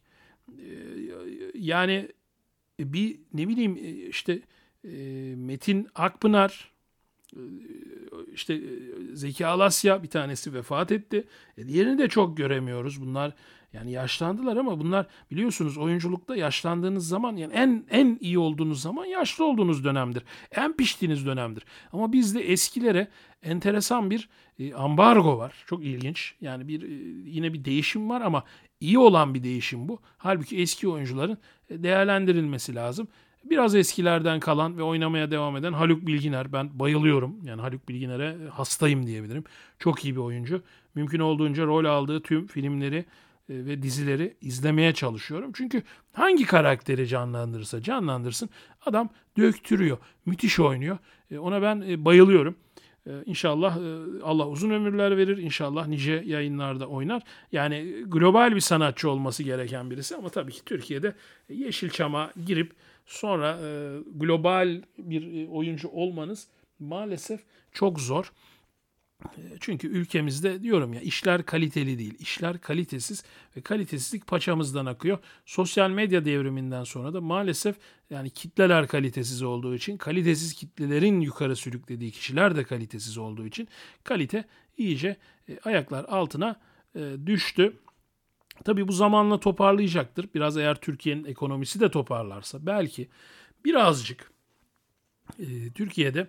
Yani bir ne bileyim işte Metin Akpınar işte Zeki Alasya bir tanesi vefat etti. Diğerini de çok göremiyoruz. Bunlar yani yaşlandılar ama bunlar biliyorsunuz oyunculukta yaşlandığınız zaman yani en iyi olduğunuz zaman yaşlı olduğunuz dönemdir. En piştiğiniz dönemdir. Ama bizde eskilere enteresan bir ambargo var. Çok ilginç. Yani yine bir değişim var ama iyi olan bir değişim bu. Halbuki eski oyuncuların değerlendirilmesi lazım. Biraz eskilerden kalan ve oynamaya devam eden Haluk Bilginer. Ben bayılıyorum. Yani Haluk Bilginer'e hastayım diyebilirim. Çok iyi bir oyuncu. Mümkün olduğunca rol aldığı tüm filmleri ve dizileri izlemeye çalışıyorum. Çünkü hangi karakteri canlandırırsa canlandırsın adam döktürüyor. Müthiş oynuyor. Ona ben bayılıyorum. İnşallah Allah uzun ömürler verir. İnşallah nice yayınlarda oynar. Yani global bir sanatçı olması gereken birisi ama tabii ki Türkiye'de Yeşilçam'a girip sonra global bir oyuncu olmanız maalesef çok zor. Çünkü ülkemizde diyorum ya işler kaliteli değil. İşler kalitesiz ve kalitesizlik paçamızdan akıyor. Sosyal medya devriminden sonra da maalesef yani kitleler kalitesiz olduğu için kalitesiz kitlelerin yukarı sürüklediği kişiler de kalitesiz olduğu için kalite iyice ayaklar altına düştü. Tabii bu zamanla toparlayacaktır. Biraz eğer Türkiye'nin ekonomisi de toparlarsa belki birazcık Türkiye'de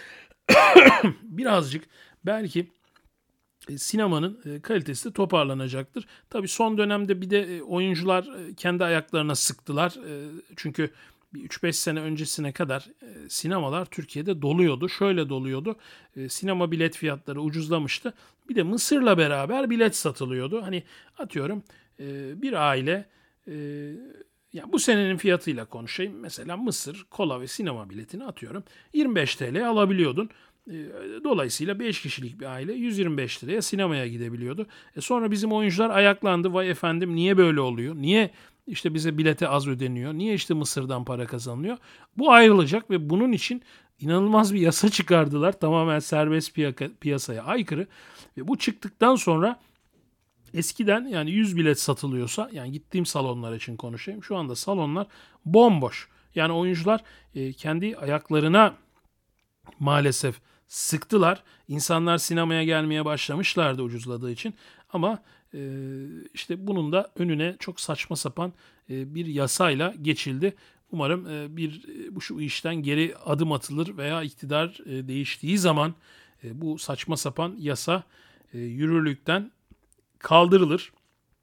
birazcık belki sinemanın kalitesi de toparlanacaktır. Tabii son dönemde bir de oyuncular kendi ayaklarına sıktılar. Çünkü bir 3-5 sene öncesine kadar sinemalar Türkiye'de doluyordu. Şöyle doluyordu. Sinema bilet fiyatları ucuzlamıştı. Bir de Mısır'la beraber bilet satılıyordu. Hani atıyorum bir aile ya bu senenin fiyatıyla konuşayım. Mesela Mısır, kola ve sinema biletini atıyorum 25 TL alabiliyordun. Dolayısıyla 5 kişilik bir aile 125 liraya sinemaya gidebiliyordu. Sonra bizim oyuncular ayaklandı. Vay efendim niye böyle oluyor? Niye işte bize bilete az ödeniyor? Niye işte Mısır'dan para kazanılıyor? Bu ayrılacak ve bunun için inanılmaz bir yasa çıkardılar. Tamamen serbest piyasaya aykırı. Ve bu çıktıktan sonra eskiden yani 100 bilet satılıyorsa yani gittiğim salonlar için konuşayım. Şu anda salonlar bomboş. Yani oyuncular kendi ayaklarına maalesef sıktılar. İnsanlar sinemaya gelmeye başlamışlardı ucuzladığı için. Ama işte bunun da önüne çok saçma sapan bir yasayla geçildi. Umarım şu işten geri adım atılır veya iktidar değiştiği zaman bu saçma sapan yasa yürürlükten kaldırılır.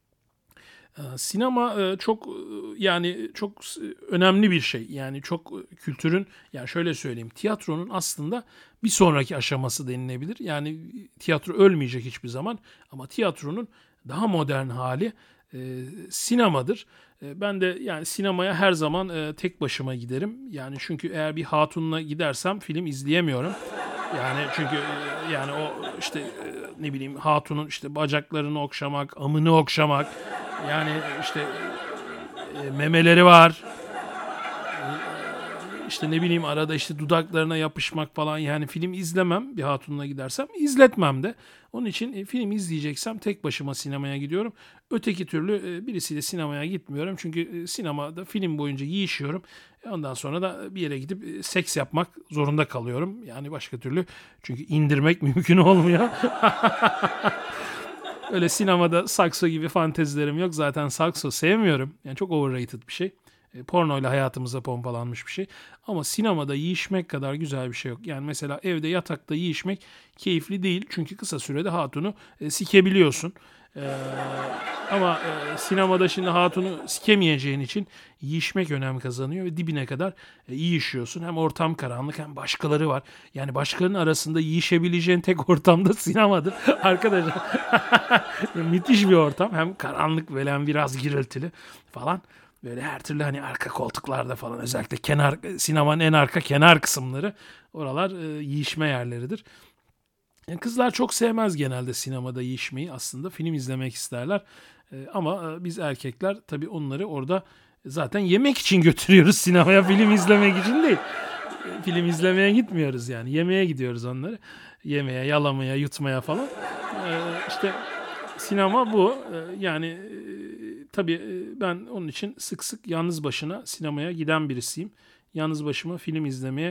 Sinema çok yani çok önemli bir şey. Yani çok kültürün yani şöyle söyleyeyim tiyatronun aslında bir sonraki aşaması denilebilir. Yani tiyatro ölmeyecek hiçbir zaman ama tiyatronun daha modern hali sinemadır. Ben de yani sinemaya her zaman tek başıma giderim. Yani çünkü eğer bir hatunla gidersem film izleyemiyorum. Yani çünkü yani o işte ne bileyim hatunun işte bacaklarını okşamak, amını okşamak yani işte memeleri var. İşte ne bileyim arada işte dudaklarına yapışmak falan yani film izlemem bir hatunla gidersem izletmem de. Onun için film izleyeceksem tek başıma sinemaya gidiyorum. Öteki türlü birisiyle sinemaya gitmiyorum. Çünkü sinemada film boyunca yiyişiyorum. Ondan sonra da bir yere gidip seks yapmak zorunda kalıyorum. Yani başka türlü çünkü indirmek mümkün olmuyor. Öyle sinemada sakso gibi fantezilerim yok. Zaten sakso sevmiyorum. Yani çok overrated bir şey. Pornoyla hayatımıza pompalanmış bir şey. Ama sinemada yiyişmek kadar güzel bir şey yok. Yani mesela evde yatakta yiyişmek keyifli değil. Çünkü kısa sürede hatunu sikebiliyorsun. Ama sinemada şimdi hatunu sikemeyeceğin için yiyişmek önem kazanıyor ve dibine kadar yiyişiyorsun. Hem ortam karanlık hem başkaları var. Yani başkalarının arasında yiyişebileceğin tek ortam da sinemadır. Arkadaşlar müthiş bir ortam. Hem karanlık böyle hem biraz gürültülü falan. Böyle her türlü hani arka koltuklarda falan özellikle sinemanın en arka kenar kısımları oralar yiyişme yerleridir. Yani kızlar çok sevmez genelde sinemada yiyişmeyi aslında film izlemek isterler. Ama biz erkekler tabii onları orada zaten yemek için götürüyoruz sinemaya film izlemek için değil. Film izlemeye gitmiyoruz yani yemeğe gidiyoruz onları. Yemeye, yalamaya, yutmaya falan. İşte sinema bu. Yani tabii ben onun için sık sık yalnız başına sinemaya giden birisiyim. Yalnız başıma film izlemeye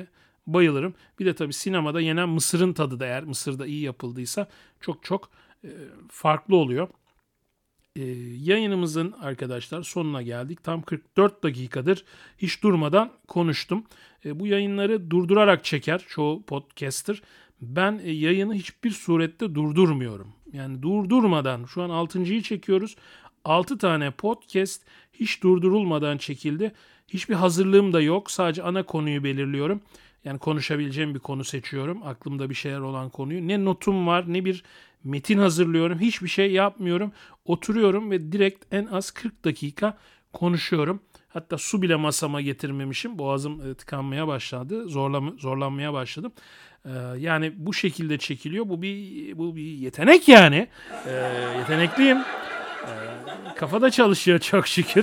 bayılırım. Bir de tabii sinemada yenen mısırın tadı da, eğer Mısır'da iyi yapıldıysa, çok çok farklı oluyor. Yayınımızın arkadaşlar sonuna geldik. Tam 44 dakikadır hiç durmadan konuştum. Bu yayınları durdurarak çeker çoğu podcaster. Ben yayını hiçbir surette durdurmuyorum. Yani durdurmadan, şu an 6.'yı çekiyoruz. 6 tane podcast hiç durdurulmadan çekildi. Hiçbir hazırlığım da yok. Sadece ana konuyu belirliyorum. Yani konuşabileceğim bir konu seçiyorum. Aklımda bir şeyler olan konuyu. Ne notum var, ne bir metin hazırlıyorum. Hiçbir şey yapmıyorum. Oturuyorum ve direkt en az 40 dakika konuşuyorum. Hatta su bile masama getirmemişim. Boğazım tıkanmaya başladı. Zorlanmaya başladım. Yani bu şekilde çekiliyor. Bu bir yetenek yani. Yetenekliyim. Kafada çalışıyor çok şükür.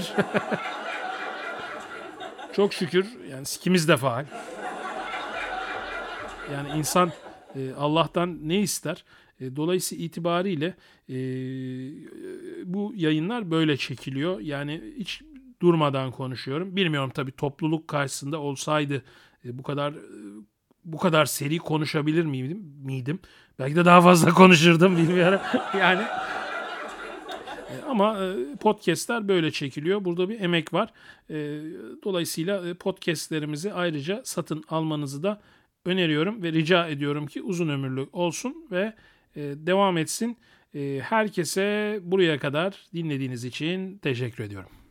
Çok şükür. Yani sikimiz de faal. Yani insan Allah'tan ne ister? Dolayısıyla itibariyle bu yayınlar böyle çekiliyor. Yani hiç durmadan konuşuyorum. Bilmiyorum tabii, topluluk karşısında olsaydı bu kadar seri konuşabilir miydim? Belki de daha fazla konuşurdum, bilmiyorum. Yani ama podcastler böyle çekiliyor. Burada bir emek var. Dolayısıyla podcastlerimizi ayrıca satın almanızı da öneriyorum ve rica ediyorum ki uzun ömürlü olsun ve devam etsin. Herkese buraya kadar dinlediğiniz için teşekkür ediyorum.